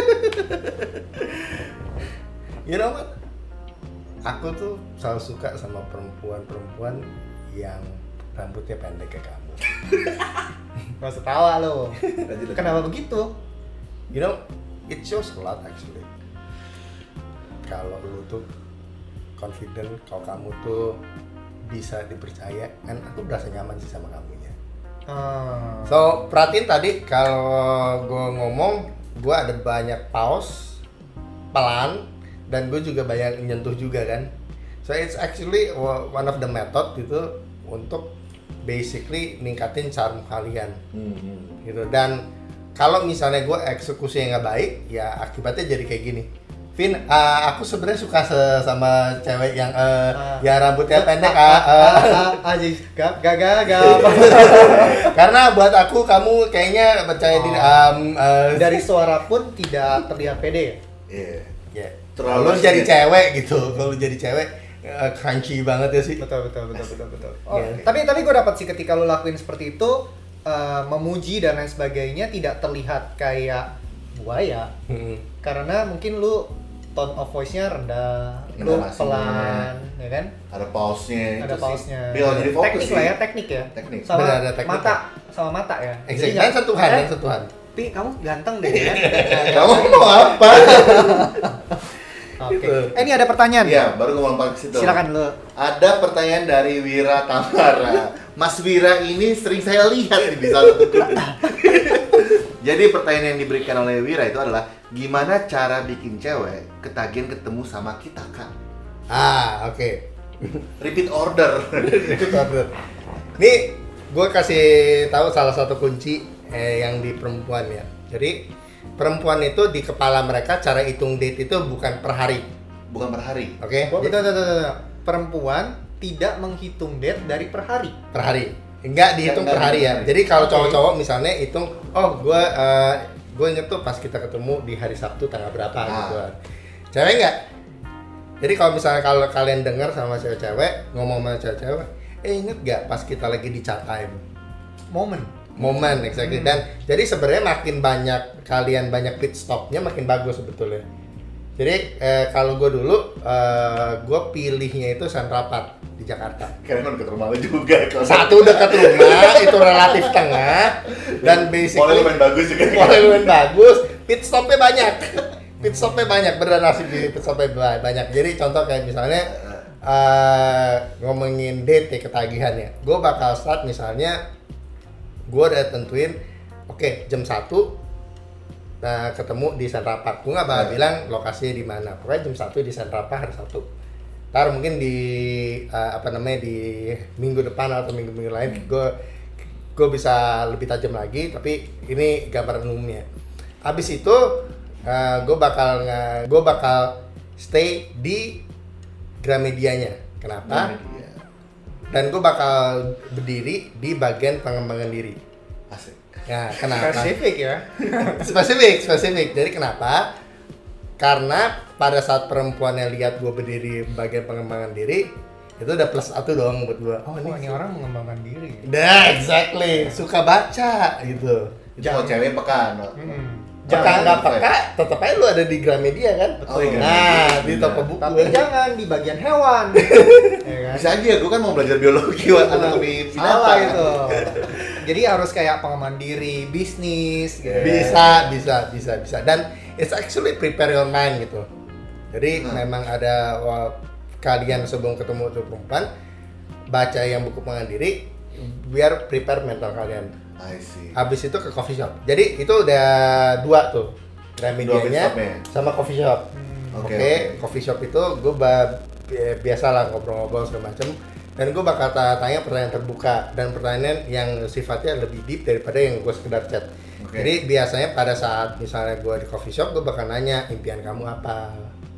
You know what? Aku tuh selalu suka sama perempuan-perempuan yang rambutnya pendek kayak kamu. Gak usah tawa lo. Kenapa begitu? You know, it shows a lot actually. Kalau lu tuh confident, kalau kamu tuh bisa dipercaya, kan aku berasa nyaman sih sama kamu. Hmm. So, perhatiin tadi kalau gue ngomong, gue ada banyak pause, pelan, dan gue juga banyak nyentuh juga kan. So, it's actually one of the method gitu untuk basically ningkatin charm kalian. Hmm. Gitu. Dan kalau misalnya gue eksekusi yang nggak baik, ya akibatnya jadi kayak gini. Vin, uh, aku sebenarnya suka se- sama cewek yang uh, uh, ya rambutnya pendek, ah, aja, gak, gak, gak, gak. Karena buat aku kamu kayaknya percaya diri. Um, uh, Dari suara pun tidak terlihat pede ya. Iya. Yeah. Yeah. Terlalu jadi ya. Cewek gitu. Kalau jadi cewek uh, crunchy banget ya sih. Betul, betul, betul, betul, betul. Oh, yeah. Tapi tapi gue dapat sih ketika lo lakuin seperti itu, uh, memuji dan lain sebagainya tidak terlihat kayak buaya. Hmm. Karena mungkin lu tone of voice-nya rendah, lu pelan, ya kan? Ada pause-nya. Ada pause-nya. Jadi fokus teknik sih. lah ya, teknik ya. Teknik. Sama benar, ada teknik mata, sama mata ya. Exactly. Dan sentuhan, dan sentuhan. Pi, kamu ganteng deh ya. Kamu mau apa? Oke. Okay. Eh, ini ada pertanyaan. Iya, baru ngomong ke situ. Silakan lu. Ada pertanyaan dari Wira Tamara. Mas Wira ini sering saya lihat di salah satu grup. Jadi pertanyaan yang diberikan oleh Wira itu adalah gimana cara bikin cewek ketagihan ketemu sama kita, Kak? Ah, oke. Okay. Repeat order. Repeat order. Nih, gue kasih tahu salah satu kunci eh, yang di perempuan ya. Jadi perempuan itu di kepala mereka cara hitung date itu bukan per hari. Bukan per hari. Oke. Okay? Betul, betul, betul, betul. Perempuan tidak menghitung date dari per hari. Per hari. Enggak dihitung per hari ya. Jadi kalau cowok-cowok misalnya hitung, oh gue uh, gue inget tuh pas kita ketemu di hari Sabtu tanggal berapa ah. gitu. Cewek enggak. Jadi kalau misalnya kalau kalian dengar sama cewek-cewek ngomong sama cewek-cewek, eh inget gak pas kita lagi di chat time? Momen. Momen, exactly. Hmm. Dan jadi sebenarnya makin banyak kalian banyak pit stopnya makin bagus sebetulnya. Jadi eh, kalau gue dulu, eh, gue pilihnya itu Sentrapat di Jakarta. Karena kan dekat rumah lu juga. Satu dekat rumah, itu relatif tengah, dan basically boleh lumayan bagus juga. Boleh lumayan bagus, pit stopnya banyak. Pit stopnya banyak, beneran nasib di pit stopnya banyak. Jadi contoh kayak misalnya uh, ngomongin date ya, ketagihan ya. Gue bakal start misalnya, gue udah tentuin, oke okay, jam satu. Nah, ketemu di Central Park. Gue nggak bakal yeah. bilang lokasinya di mana. Pokoknya jam satu di Central Park hari Sabtu. Ntar mungkin di uh, apa namanya di minggu depan atau minggu-minggu lain hmm. gue gue bisa lebih tajam lagi. Tapi ini gambaran umumnya. Abis itu uh, gue bakal gue bakal stay di Gramedianya. Kenapa? Gramedia. Dan gue bakal berdiri di bagian pengembangan diri. Asik. Ya, kenapa? Spesifik ya. spesifik, spesifik. Jadi kenapa? Karena pada saat perempuannya lihat gue berdiri bagian pengembangan diri, itu udah plus satu dong buat gue. Oh, ini, oh, ini orang mengembangkan diri. Nah, exactly. Suka baca gitu. Itu kalau cewek peka, no? Hmm. Peka nggak peka, tetap aja lu ada di Gramedia kan? Oh, iya. Nah, di toko buku. Tapi jangan di bagian hewan. Ya kan? Bisa aja, gue kan mau belajar biologi, anatomi binatang. Salah itu. Jadi harus kayak pengembangan diri, bisnis gitu. Bisa, bisa, bisa, bisa. Dan it's actually prepare your mind gitu. Jadi hmm. memang ada wah, kalian sebelum ketemu tuh perempuan baca yang buku pengembangan diri biar prepare mental kalian. I see. Habis itu ke coffee shop. Jadi itu udah dua tuh. Gramedianya sama coffee shop. Hmm. Oke, okay, okay. Coffee shop itu gue ba- biasa lah ngobrol-ngobrol segala macem. Dan gue bakal tanya pertanyaan terbuka dan pertanyaan yang sifatnya lebih deep daripada yang gue sekedar chat. Okay. Jadi biasanya pada saat misalnya gue di coffee shop, gue bakal nanya impian kamu apa.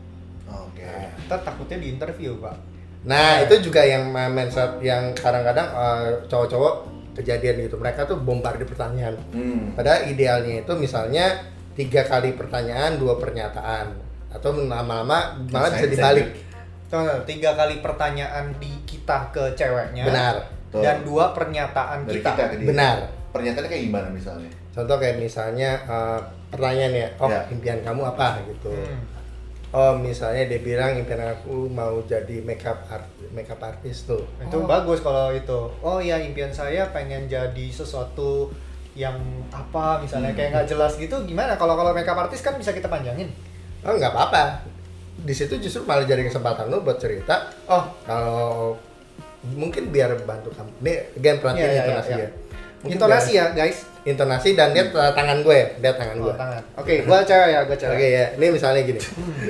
Oke. Okay. Kita takutnya di interview, Pak. Nah, nah, itu juga yang mindset yang kadang-kadang uh, cowok-cowok kejadian gitu. Mereka tuh bombardir pertanyaan. Hmm. Padahal idealnya itu misalnya tiga kali pertanyaan, dua pernyataan. Atau lama-lama malah bisa dibalik. Tuh, tiga kali pertanyaan di kita ke ceweknya. Benar. Dan dua pernyataan dari kita. kita ke dia. Benar. Pernyataannya kayak gimana misalnya? Contoh kayak misalnya uh, pertanyaan ya, oh ya. impian kamu apa gitu. Hmm. Oh misalnya dia bilang impian aku mau jadi makeup art, makeup artist tuh. Itu oh. bagus kalau itu. Oh ya impian saya pengen jadi sesuatu yang apa misalnya hmm. kayak nggak jelas gitu. Gimana kalau kalau makeup artist kan bisa kita panjangin? Oh nggak apa-apa. Di situ justru malah jadi kesempatan lo buat cerita. Oh kalau mungkin biar bantu kamu. Nih again perhatiin yeah, intonasi yeah, yeah. ya. Intonasi ya guys. Intonasi dan lihat hmm. tangan gue, lihat tangan oh, gue. Tangan. Oke, okay, gua cewek ya, gua cewek. Oke okay, ya. Ini misalnya gini.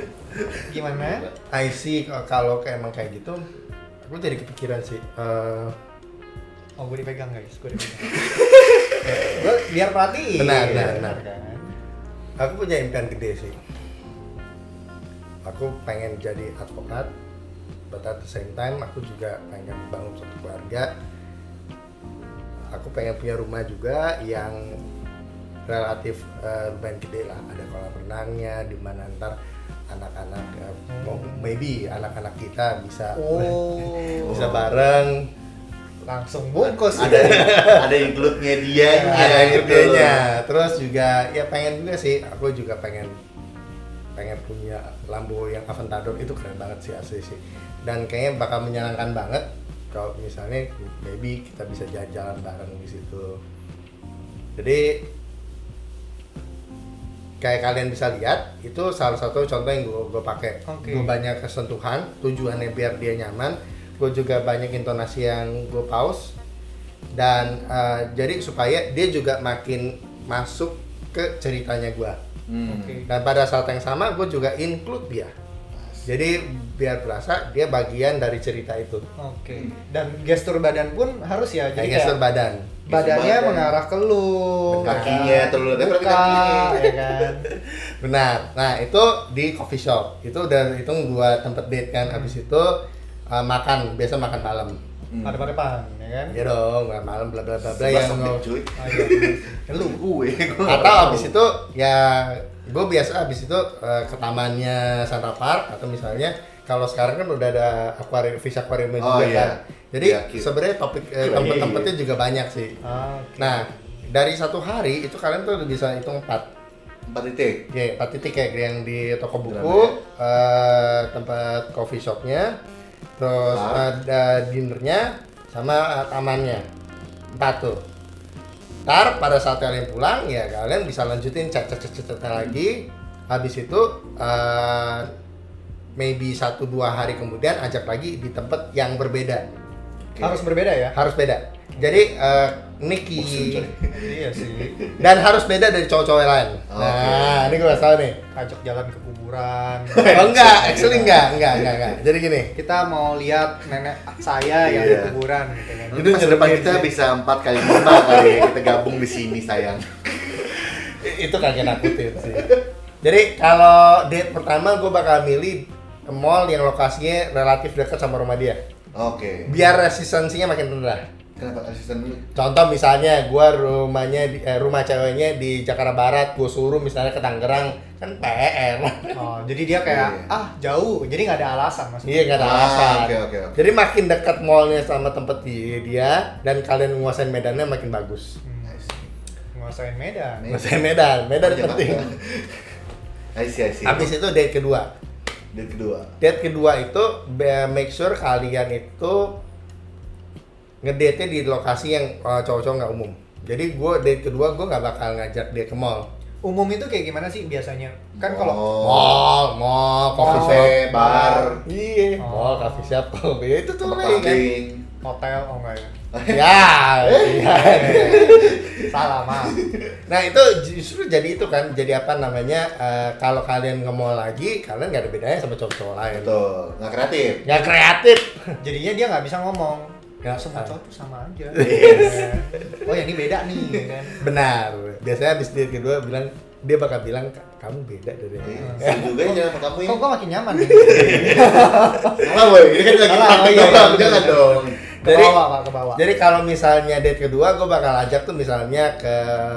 Gimana? I see kalau kayak emang kayak gitu, aku jadi kepikiran sih. Uh, oh, gue dipegang guys, gue dipegang. Gue biar perhatiin. Benar, benar, benar. Kan? Aku punya impian gede sih. Aku pengen jadi advokat, but at the same time aku juga pengen bangun suatu keluarga. Aku pengen punya rumah juga yang relatif uh, lumayan gede lah, ada kolam renangnya, di mana ntar anak-anak, ya, hmm. maybe anak-anak kita bisa oh. bisa bareng, langsung bungkus. Ada ada include-nya dia, ada include-nya. Terus juga ya pengen juga sih, aku juga pengen pengen punya Lambo yang Aventador, itu keren banget sih asli sih. Dan kayaknya bakal menyenangkan banget kalau misalnya maybe kita bisa jalan-jalan bareng di situ. Jadi kayak kalian bisa lihat itu salah satu contoh yang gue gue pakai. Okay. Gue banyak kesentuhan, tujuannya biar dia nyaman. Gue juga banyak intonasi yang gue pause dan uh, jadi supaya dia juga makin masuk ke ceritanya gue. Hmm. Okay. Dan pada saat yang sama gue juga include dia. Jadi biar berasa dia bagian dari cerita itu. Oke. Okay. Dan gestur badan pun harus ya. Jadi kayak gestur badan. Badannya badan. mengarah ke lu. Kakinya terlalu buka, ya kan. Benar. Nah itu di coffee shop. Itu udah hitung dua tempat date kan. Habis itu uh, makan. Biasa makan malam. Hmm. Ada pada pan, ya kan? Iya dong. Makan malam bla bla bla bla yang yang cuy. Oh, iya. Lu gue. Atau habis itu ya gue biasa habis itu uh, ke tamannya Central Park atau misalnya kalau sekarang kan udah ada akuarium, fish aquarium Oh, juga iya. kan. Jadi Iya, cute. sebenarnya topik eh, tempat-tempatnya juga banyak sih. Ah, okay. Nah, dari satu hari itu kalian tuh bisa hitung empat. Empat titik. Oke, empat titik kayak yang di toko buku, Drama, eh, tempat coffee shopnya, terus Ah. ada dinernya, sama eh, tamannya. Empat tuh. Ntar pada saat kalian pulang ya kalian bisa lanjutin chat-chat-chat lagi. Habis itu eh, maybe satu dua hari kemudian ajak lagi di tempat yang berbeda. Harus berbeda ya? Harus beda. Jadi uh, Nicky Bosen, Iya sih. dan harus beda dari cowok-cowok lain. Oh, Nah, ini gue salah nih. Ajak jalan ke kuburan. Oh enggak, actually enggak, enggak, enggak, enggak. Jadi gini, Kita mau lihat nenek saya yang di Iya. kuburan gitu kan. Itu ke depan kita bisa empat kali lima kali ya, kita gabung di sini sayang. itu kagak nakutin sih. Jadi kalau date pertama gue bakal milih mall yang lokasinya relatif dekat sama rumah dia. Oke. Biar resistensinya makin rendah. Kenapa asisten dulu? Contoh misalnya gue rumahnya di, eh, rumah ceweknya di Jakarta Barat, gue suruh misalnya ke Tangerang, kan P R. Oh, jadi dia kayak Iya. ah jauh, jadi nggak ada alasan maksudnya. Iya nggak ada Ah, alasan. oke, oke, oke. Jadi makin dekat mallnya sama tempat di- dia dan kalian menguasain medannya makin bagus. Hmm. Nice. Nguasain Medan. Menguasain medan, medan Jakarta. penting. I see, I see. Habis itu date kedua. Date kedua. Date kedua itu be- make sure kalian itu ngedate-nya di lokasi yang uh, cowok-cowok nggak umum. Jadi gue date kedua gue nggak bakal ngajak dia ke mall. Umum itu kayak gimana sih biasanya? Kan kalau Oh. Mall, mall, coffee shop, Cafe, bar. Iya, Oh. mall, coffee shop, ya itu tuh Tempat lagi kan. camping. hotel, oh enggak ya? Ya, iya. Salah, maaf. Nah itu justru jadi itu kan, jadi apa namanya, uh, kalau kalian nge-mall lagi, kalian nggak ada bedanya sama cowok-cowok lain. Betul, nggak kreatif. Nggak kreatif. Jadinya dia nggak bisa ngomong. Ya, Semua ah. cowok tuh sama aja. Yes. Oh ya ini beda nih, ya kan? Benar. Biasanya habis date kedua bilang, dia bakal bilang, kamu beda dari Iya, ini. seru juga ya sama kamu ya. Kok gua makin nyaman nih? Salah boy, ini kan lagi Salah, praktek oh iya, doang, iya, jangan iya. dong. Ke Jadi- bawah, Pak, ke bawah. Jadi kalau misalnya date kedua, gue bakal ajak tuh misalnya ke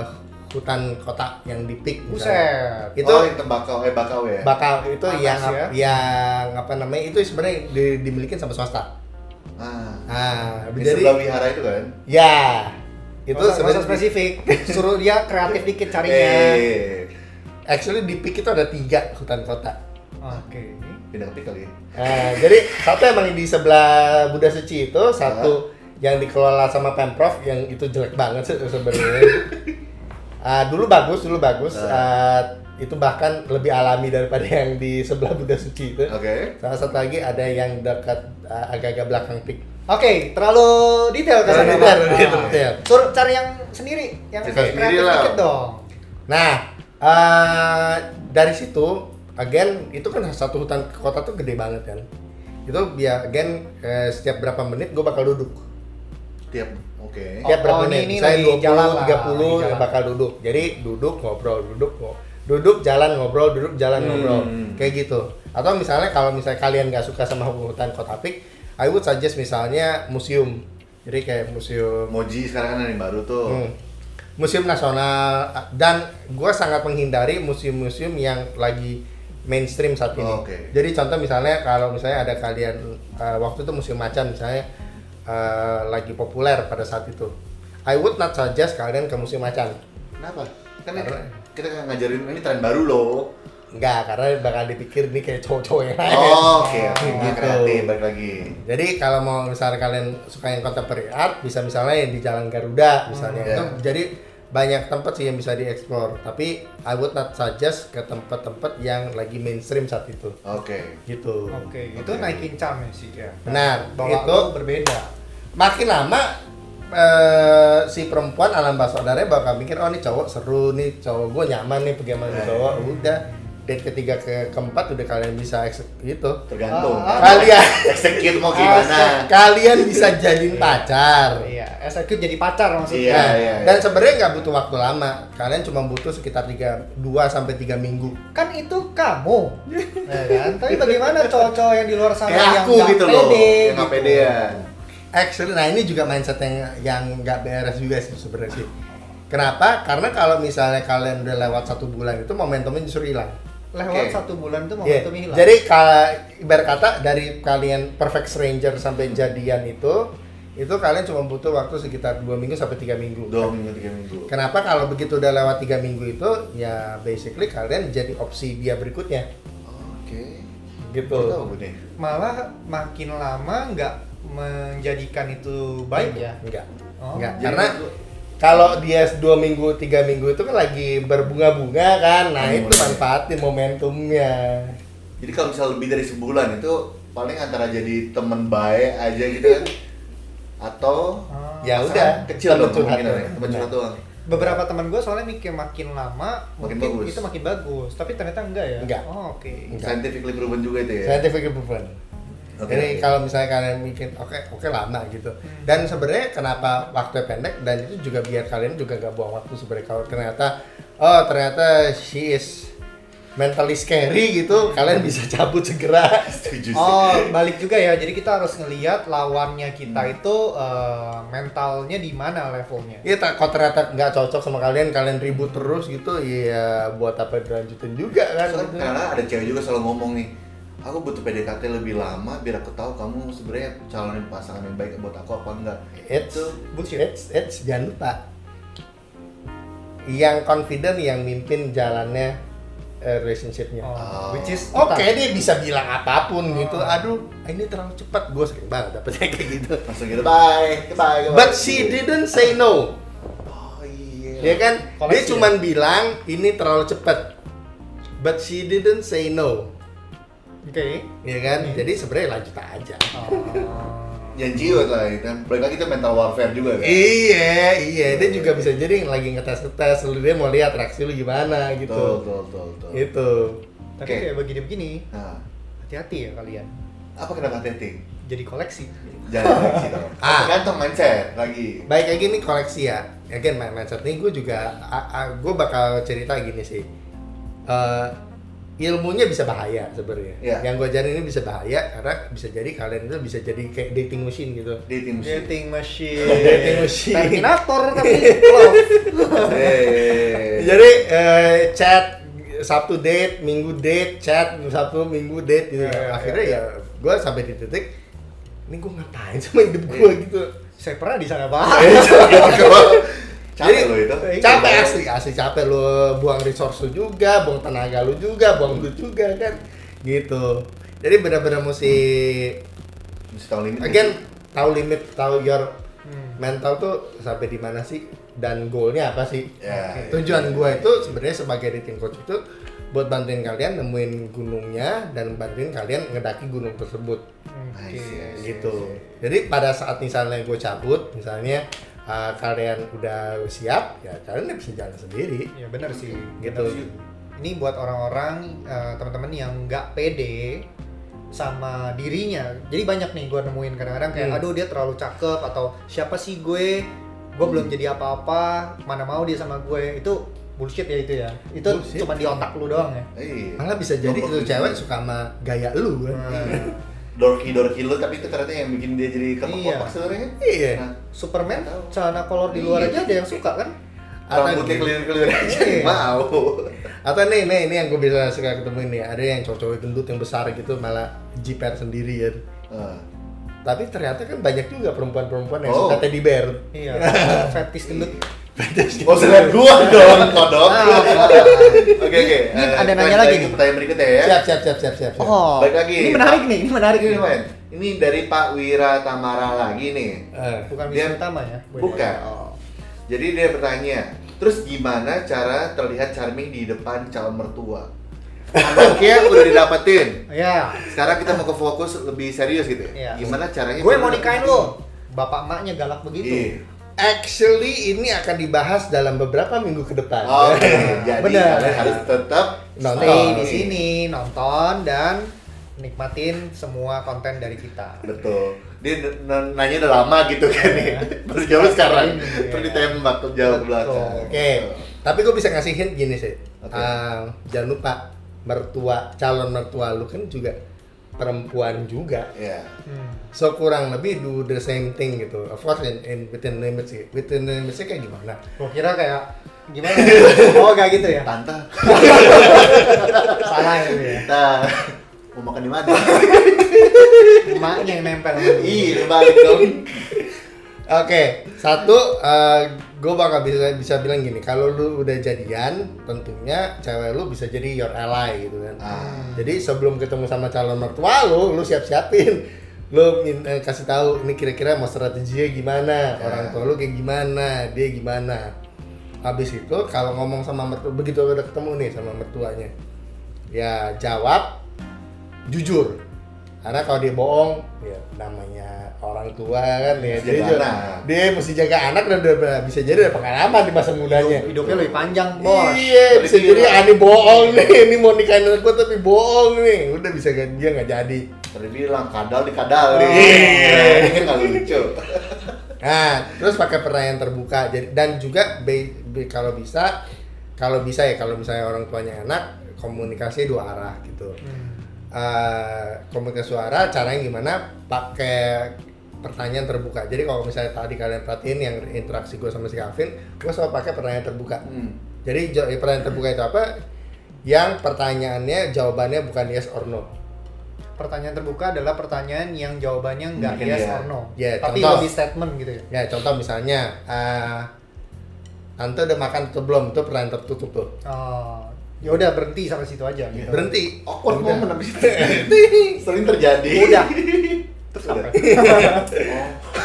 hutan kota yang di Peak. misalnya. Buset. Itu Oh, yang tembakau, eh bakau ya. bakal itu Panas yang ya? yang apa namanya itu sebenarnya di, dimiliki sama swasta. Ah, Ah, di jadi sebelah wihara itu kan. ya itu Itu sebenarnya sebenarnya spesifik. Suruh dia kreatif dikit carinya. Eh, actually di Peak itu ada tiga hutan kota. Oke. pindah ke Pik kali ya. Nah, jadi satu emang di sebelah Buddha Suci itu, satu yang dikelola sama Pemprov yang itu jelek banget sih sebenarnya. Ah, dulu bagus, dulu bagus. Ah, itu bahkan lebih alami daripada yang di sebelah Buddha Suci itu. Oke. Salah satu lagi ada yang dekat ah, agak-agak belakang Peak. Oke, terlalu detail kan? Terlalu detail, detail, detail. Suruh cari yang sendiri, yang Cerita kreatif sendiri lah. dikit dong. Nah, ah, dari situ, again itu kan satu hutan kota tuh gede banget kan. Itu biar again eh, setiap berapa menit gue bakal duduk. Tiap, oke. Oh, Tiap berapa oh, menit? ini- ini Saya lagi dua puluh, jalan lah, tiga puluh lagi jalan. bakal duduk. Jadi duduk ngobrol, duduk ngobrol. Duduk jalan ngobrol, duduk jalan Hmm. ngobrol. Kayak gitu. Atau misalnya kalau misalnya kalian nggak suka sama hutan kota Peak, I would suggest misalnya museum. Jadi kayak museum Moji sekarang kan ada yang baru tuh. Hmm. Museum nasional, dan gue sangat menghindari museum-museum yang lagi mainstream saat ini. Oh, oke. Jadi contoh misalnya kalau misalnya ada kalian uh, waktu itu museum macan misalnya uh, lagi populer pada saat itu, I would not suggest kalian ke museum macan. Kenapa? Kan Karena- kita kan ngajarin ini tren baru loh. Enggak, karena bakal dipikir ini kayak cowok-cowok yang lain. Oh, oke, oke. Dia Gitu. kreatif balik lagi. Jadi kalau mau misalnya kalian suka yang contemporary art, bisa misalnya yang di Jalan Garuda misalnya. Hmm, Itu iya. jadi banyak tempat sih yang bisa dieksplor, tapi I would not suggest ke tempat-tempat yang lagi mainstream saat itu. Oke. Okay. Gitu. Oke, okay. Itu okay. naikin charmnya sih ya. Benar. Bahwa itu berbeda. Makin lama uh, si perempuan alam bawah sadarnya bakal mikir, oh nih cowok seru nih, cowok gue nyaman nih pergi sama nih cowok. Udah date ketiga ke keempat udah kalian bisa execute gitu. Tergantung. Ah, kalian execute mau gimana? Kalian bisa jadiin pacar. Iya, execute jadi pacar maksudnya. Iya, iya, Dan sebenarnya nggak butuh waktu lama. Kalian cuma butuh sekitar dua sampai tiga minggu. Kan itu kamu. Nah, kan? Tapi bagaimana cowok-cowok yang di luar sana kayak yang aku nggak gitu pede, loh, yang nggak gitu. pedean. Actually, nah ini juga mindset yang yang nggak beres juga sih sebenarnya sih. Kenapa? Karena kalau misalnya kalian udah lewat satu bulan itu momentumnya justru hilang. Lewat okay. satu bulan tuh momentum yeah. hilang. Jadi ibarat kata dari kalian perfect stranger sampai jadian itu, itu kalian cuma butuh waktu sekitar dua minggu sampai tiga minggu. Dua minggu tiga minggu. Kenapa? Kalau begitu udah lewat tiga minggu itu, ya basically kalian jadi opsi dia berikutnya. Oke. Okay. Gitu. Malah makin lama nggak menjadikan itu baik ya? Enggak. Oh. Enggak. Karena kalau dia dua minggu, tiga minggu itu kan lagi berbunga-bunga kan, nah oh, itu manfaatin momentumnya. Jadi kalau misalnya lebih dari sebulan itu paling antara jadi temen baik aja gitu kan, atau oh, ya udah kecil dong kemungkinan, temen curhat doang. Beberapa teman gue soalnya mikir makin lama makin mungkin bagus. itu makin bagus, tapi ternyata enggak ya? Enggak. Oh, oke. Okay. Scientifically proven juga itu ya? Scientifically proven. Okay, Jadi okay. kalau misalnya kalian mikir oke okay, oke okay, lama gitu, hmm. dan sebenarnya kenapa waktunya pendek dan itu juga biar kalian juga gak buang waktu sebenarnya kalau ternyata oh ternyata she is mentally scary gitu, hmm. kalian bisa cabut segera. Oh balik juga ya, jadi kita harus ngelihat lawannya kita hmm. itu uh, mentalnya di mana levelnya. Iya, kalau ternyata nggak cocok sama kalian, kalian ribut terus gitu, ya buat apa dilanjutin juga kan? So, gitu. Karena ada cewek juga selalu ngomong nih, aku butuh P D K T lebih lama biar aku tahu kamu sebenarnya calonin pasangan yang baik buat aku apa enggak. It's bullshit. It's, it's jangan lupa. Yang confident yang mimpin jalannya uh, relationship-nya. Oh, which is oke okay, dia bisa bilang apapun oh. gitu. Aduh, ini terlalu cepat. Gue sering banget dapetnya kayak gitu. Langsung gitu, bye, bye. But she didn't say no. Oh iya. Dia kan Koleksi dia ya? cuman bilang ini terlalu cepat. But she didn't say no. Oke, okay. Iya kan? Hmm. Jadi sebenarnya lanjut aja. Oh. Yang jiwa lah itu. Balik lagi itu mental warfare juga kan. Iya, iya. Dia juga bisa jadi lagi ngetes-ngetes, lu dia mau lihat reaksi lu gimana gitu. Betul, betul, betul. Itu. Tapi okay. kayak begini-begini. Nah. Hati-hati ya kalian. Apa kenapa hati-hati? Jadi koleksi. Jangan koleksi dong. Ah, tergantung mindset lagi. Baik kayak gini koleksi ya. Again mindset nih gue juga gue bakal cerita gini sih. Uh, ilmunya bisa bahaya sebenarnya. Yeah. Yang gue ajarin ini bisa bahaya karena bisa jadi kalian itu bisa jadi kayak dating machine gitu. Dating machine. Dating machine. dating machine. Terminator tapi love. Hey. Jadi uh, chat Sabtu date, Minggu date, chat Sabtu Minggu date gitu. Yeah, akhirnya yeah, ya gue sampai di titik ini gue ngapain sama hidup gue yeah. gitu. Saya pernah di sana Pak. Capek lo itu. Capek asli, asli capek lo, buang resource lu juga, buang tenaga lu juga, buang duit juga kan. Gitu. Jadi benar-benar mesti mesti tahu limit. Again, tahu limit, tahu your hmm. mental tuh sampai di mana sih dan goalnya apa sih. Yeah, Tujuan yeah, gua itu sebenarnya sebagai dating coach itu buat bantuin kalian nemuin gunungnya dan bantuin kalian ngedaki gunung tersebut. Oke, okay. Gitu. Jadi pada saat misalnya gue cabut, misalnya Uh, kalian udah siap, ya kalian udah bisa jalan sendiri. Ya benar sih, gitu. Sih. Ini buat orang-orang uh, teman-teman yang nggak pede sama dirinya. Jadi banyak nih gue nemuin kadang-kadang kayak, hmm. aduh dia terlalu cakep atau siapa sih gue, gue hmm. belum jadi apa-apa, mana mau dia sama gue. Itu bullshit ya itu ya. Itu bullshit. Cuma di otak lu doang ya. Iya. Malah bisa jadi itu cewek suka sama gaya lu kan. Hmm. dorky dorky lo tapi itu ternyata yang bikin dia jadi kelopak sebenarnya. Iya. Nah, Superman celana kolor di luar aja ada yang suka kan? Rambutnya keliru-keliru aja mau. Atau nih, nih, ini yang gue bisa suka ketemu ini, ada yang cowok-cowok gendut yang besar gitu malah jiper sendiri ya. Uh. Tapi ternyata kan banyak juga perempuan-perempuan yang oh. suka teddy bear. Iya. Fetis gendut. Oh, selain gua dong, kodok. Oke, oke. Ini ada nanya lagi nih. Pertanyaan berikutnya ya. Siap, siap, siap, siap, siap. Oh. Baik lagi. Ini menarik nih, ini menarik ini, nih. Ini dari Pak Wira Tamara lagi nih. Uh, bukan Wira Tama ya? Bukan. Oh. Jadi dia bertanya, Terus gimana cara terlihat charming di depan calon mertua? Anaknya udah didapetin. Iya. Sekarang kita mau ke fokus lebih serius gitu ya. Iya. Gimana caranya? Gue mau nikahin lo. Bapak emaknya galak begitu. Iya. Actually ini akan dibahas dalam beberapa minggu ke depan. Oke, okay. Jadi bener. kalian harus tetap Nonton. Stay di sini, nonton dan nikmatin semua konten dari kita. Betul. Dia n- nanya udah lama gitu kan nih. Baru jawab sekarang. Terus ditembak ke jauh ke belakang. Oke. Okay. Tapi gue bisa ngasih hint gini sih. Okay. Uh, jangan lupa mertua, calon mertua lu kan juga perempuan juga. Iya. Hmm. So kurang lebih do the same thing gitu. Of course in, in within limits sih. Within limits kayak gimana? Gue kira kayak gimana? Oh, gak gitu ya? Tante. Salah gitu ya. Kita mau makan di mana? Emaknya yang nempel sama lu. Iya, balik dong. Oke, satu, uh, gue bakal bisa bisa bilang gini, kalau lu udah jadian, tentunya cewek lu bisa jadi your ally gitu kan. Ah. Jadi sebelum ketemu sama calon mertua lu, lu siap-siapin, lu min- eh, kasih tahu ini kira-kira mau strateginya gimana, Ya. orang tua lu kayak gimana, dia gimana. Habis itu kalau ngomong sama mertua, begitu udah ketemu nih sama mertuanya, ya jawab jujur. Karena kalau dia bohong, ya namanya orang tua kan ya, Mesti dia, jaga juga- anak. dia mesti jaga anak dan udah udah bisa jadi ada pengalaman di masa mudanya. Hidup- hidupnya lebih panjang, bos. Iya, bisa Tapi jadi dia- ani bohong nih, ini mau nikahin anak gua tapi bohong nih, udah bisa kan dia nggak jadi. Tadi bilang kadal dikadalin. Iya. Ini kan nggak lucu. Nah, terus pakai pertanyaan terbuka. Jadi dan juga be- be- kalau bisa, kalau bisa ya kalau misalnya orang tuanya enak, komunikasi dua arah gitu. Hmm. Uh, komunikasi suara caranya gimana pakai pertanyaan terbuka. Jadi kalau misalnya tadi kalian perhatiin yang interaksi gue sama si Calvin, gue selalu pakai pertanyaan terbuka. Hmm. Jadi jo- pertanyaan terbuka itu apa? Yang pertanyaannya jawabannya bukan yes or no. Pertanyaan terbuka adalah pertanyaan yang jawabannya nggak Mungkin yes ya. or no. Ya, Tapi contoh. lebih statement gitu ya. Ya contoh misalnya, uh, tante udah makan atau belum? Itu pertanyaan tertutup tuh. Oh, ya udah berhenti sampai situ aja gitu. Berhenti. Awkward Udah. moment abis itu. Sering terjadi. Udah. Terus Udah. apa? Oh.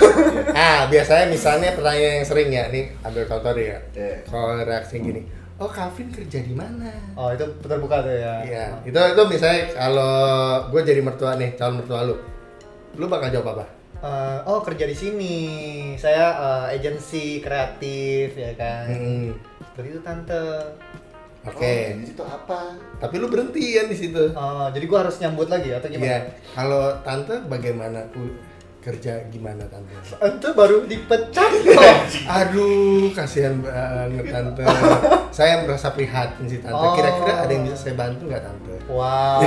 Ah, biasanya misalnya pertanyaan yang sering ya, nih ambil contoh deh ya. Iya. Kalau reaksi gini, oh Calvin kerja di mana? Oh, itu terbuka tuh ya. Iya, itu itu misalnya kalau gue jadi mertua nih, calon mertua lu, lu bakal jawab apa? Eh, oh, kerja di sini. Saya eh, agensi kreatif ya kan. Hmm, Seperti itu tante. Oke. Oh, di situ apa? Tapi lu berhenti kan di situ. Oh, jadi gua harus nyambut lagi atau Iya. gimana? Kalau tante bagaimana? U- kerja gimana tante? Ente baru dipecat loh. Aduh, kasihan banget tante. Saya merasa prihatin sih tante. Kira-kira ada yang bisa saya bantu nggak tante? Wow.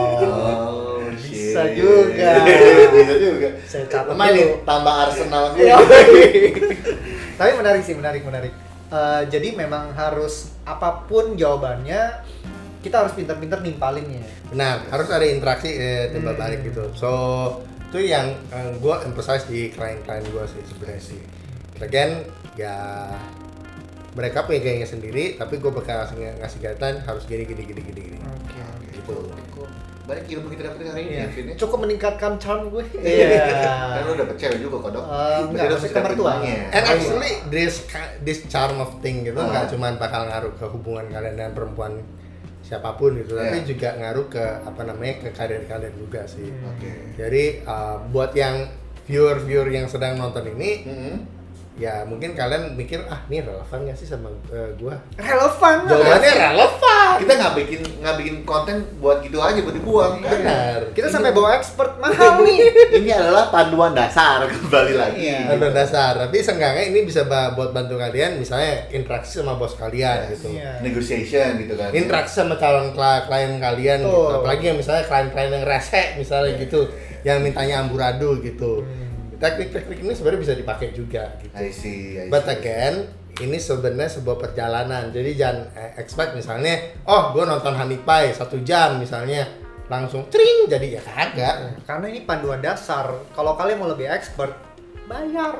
Oh, Bisa shit. juga. Bisa juga. Saya catat Lumayan nih, dulu. tambah Arsenal gue. Iya. Tapi menarik sih, menarik, menarik. Eh, jadi memang harus apapun jawabannya kita harus pintar-pintar nimpalinnya. Benar, harus ada interaksi eh, timbal Hmm. balik gitu. So itu yang eh, gue emphasize di klien-klien gue sih sebenarnya sih. Again, ya mereka punya gayanya sendiri, tapi gue bakal ngasih, ngasih guideline harus gini gini gini gini gini. Oke. Gitu. Banyak ilmu kita dapetin hari ini Iya. ya, Vin ya. Cukup meningkatkan charm gue. Kan lu dapet cewek juga kok, Dok. Eh, Berarti enggak, lu maksudnya mesti ke dapet mertuanya. uangnya. And Oh, iya. actually this ki- this charm of thing gitu Ah. nggak cuma bakal ngaruh ke hubungan kalian dengan perempuan siapapun gitu, tapi Yeah. juga ngaruh ke apa namanya ke karir kalian juga sih. Hmm. Oke. Jadi uh, buat yang viewer-viewer yang sedang nonton ini, Mm-hmm. ya mungkin kalian mikir ah ini relevan nggak sih sama uh, gua? Relevan. Jawabannya relevan. Kita nggak bikin nggak bikin konten buat gitu aja buat dibuang. Benar. Kita sampai bawa expert mahal nih. Ini adalah panduan dasar kembali lagi. Iya. Ada dasar, tapi seenggaknya ini bisa ba- buat bantu kalian misalnya interaksi sama bos kalian Yes. gitu. Iya. Negotiation gitu kan. Interaksi sama calon kla- klien kalian gitu. Betul. Apalagi yang misalnya klien-klien yang rese misalnya gitu, yang mintanya amburadul gitu. Hmm. Teknik-teknik ini sebenarnya bisa dipakai juga gitu. I see, I see. But again, ini sebenarnya sebuah perjalanan. Jadi jangan eh, expect misalnya, oh gue nonton Honey Pie satu jam misalnya, langsung tring jadi ya kagak. Karena ini panduan dasar. Kalau kalian mau lebih expert, bayar.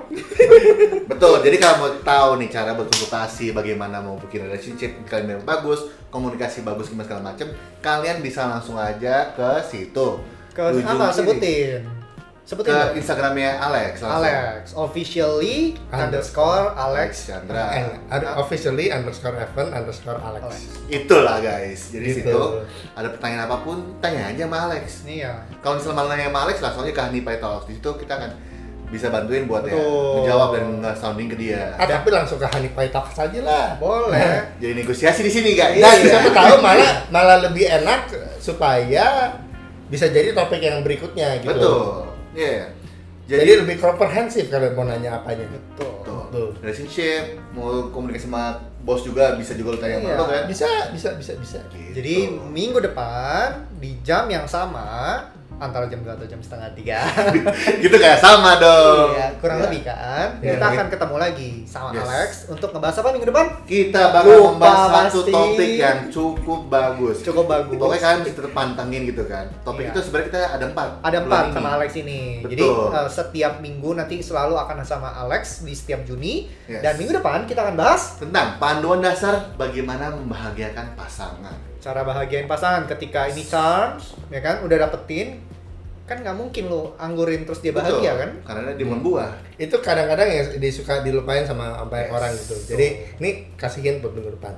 Betul, jadi kalau mau tahu nih cara berkonsultasi bagaimana mau bikin relationship kalian yang bagus, komunikasi bagus gimana segala macem, kalian bisa langsung aja ke situ. Ke Ujung apa? kiri. Sebutin. Sebutin ke dong. Instagramnya Alex. langsung. Alex officially underscore Alex Chandra. And, ada officially underscore Evan underscore Alex. Alex. Itulah guys. Jadi Gitu. situ ada pertanyaan apapun tanya aja sama Alex. Iya. Kalau misalnya mau nanya sama Alex langsung aja ke Hanipai Talks. Di situ kita akan bisa bantuin buat ya Betul. menjawab dan nge-sounding ke dia. Ah, tapi langsung ke Hanipai Talks aja lah. Boleh. Jadi negosiasi di sini guys. Dan siapa tahu malah malah lebih enak supaya bisa jadi topik yang berikutnya gitu. Betul. Iya. Jadi, Jadi, lebih komprehensif kalau mau nanya apanya. Betul. tuh, Betul. relationship, mau komunikasi sama bos juga bisa juga lu tanya sama Iya. lu kan. Bisa, bisa, bisa, bisa. Gitu. Jadi minggu depan di jam yang sama antara jam dua atau jam setengah tiga. gitu kayak sama dong. Iya, kurang Ya. lebih kan. Iya. Kita akan ketemu lagi sama Yes. Alex untuk ngebahas apa minggu depan? Kita bakal Lupa membahas satu pasti. topik yang cukup bagus. Cukup bagus. Pokoknya kalian mesti tetap pantengin gitu kan. Topik Iya. itu sebenarnya kita ada empat. Ada bulan empat ini. sama Alex ini. Betul. Jadi uh, setiap minggu nanti selalu akan sama Alex di setiap Juni. Yes. Dan minggu depan kita akan bahas Tentang panduan dasar bagaimana membahagiakan pasangan. cara bahagiain pasangan ketika ini charms, ya kan? Udah dapetin, kan nggak mungkin lo anggurin terus dia bahagia Betul. kan? Karena dia membuah. Itu kadang-kadang yang disuka dilupain sama banyak Yes. orang gitu. Jadi ini kasihin buat minggu depan.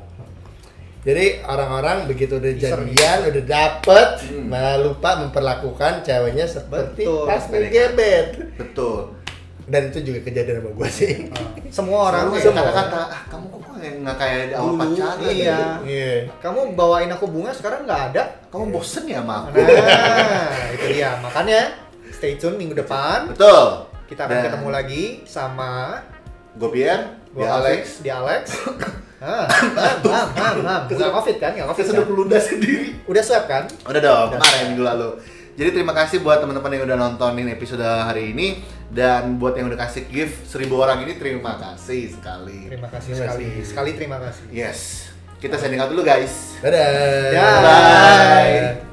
Jadi orang-orang begitu udah Sering. jadian, udah dapet, Hmm. malah lupa memperlakukan ceweknya seperti Betul. pas ngegebet. Betul. Dan itu juga kejadian sama gue sih. Uh, semua orang Selalu ya. ada kata-kata, ah kamu kok nggak kayak di awal Dulu, pacaran? iya. Iya. Kamu bawain aku bunga sekarang nggak ada. Kamu bosen ya sama aku? Nah, itu dia. Makanya stay tune minggu depan. Betul. Kita akan Dan ketemu lagi sama Gue Pierre, gua dia Alex, di Alex. Ah, ham, ham, ham, ham. Nggak covid kan? Nggak covid Keseduk kan? ludah sendiri. Udah swab kan? Udah dong, Udah. kemarin minggu lalu. Jadi terima kasih buat teman-teman yang udah nontonin episode hari ini. Dan buat yang udah kasih gift seribu orang ini, terima kasih sekali. Terima kasih Terima sekali. kasih. Sekali terima kasih. Yes. Kita sending out dulu guys. Dadah. Dah. Bye.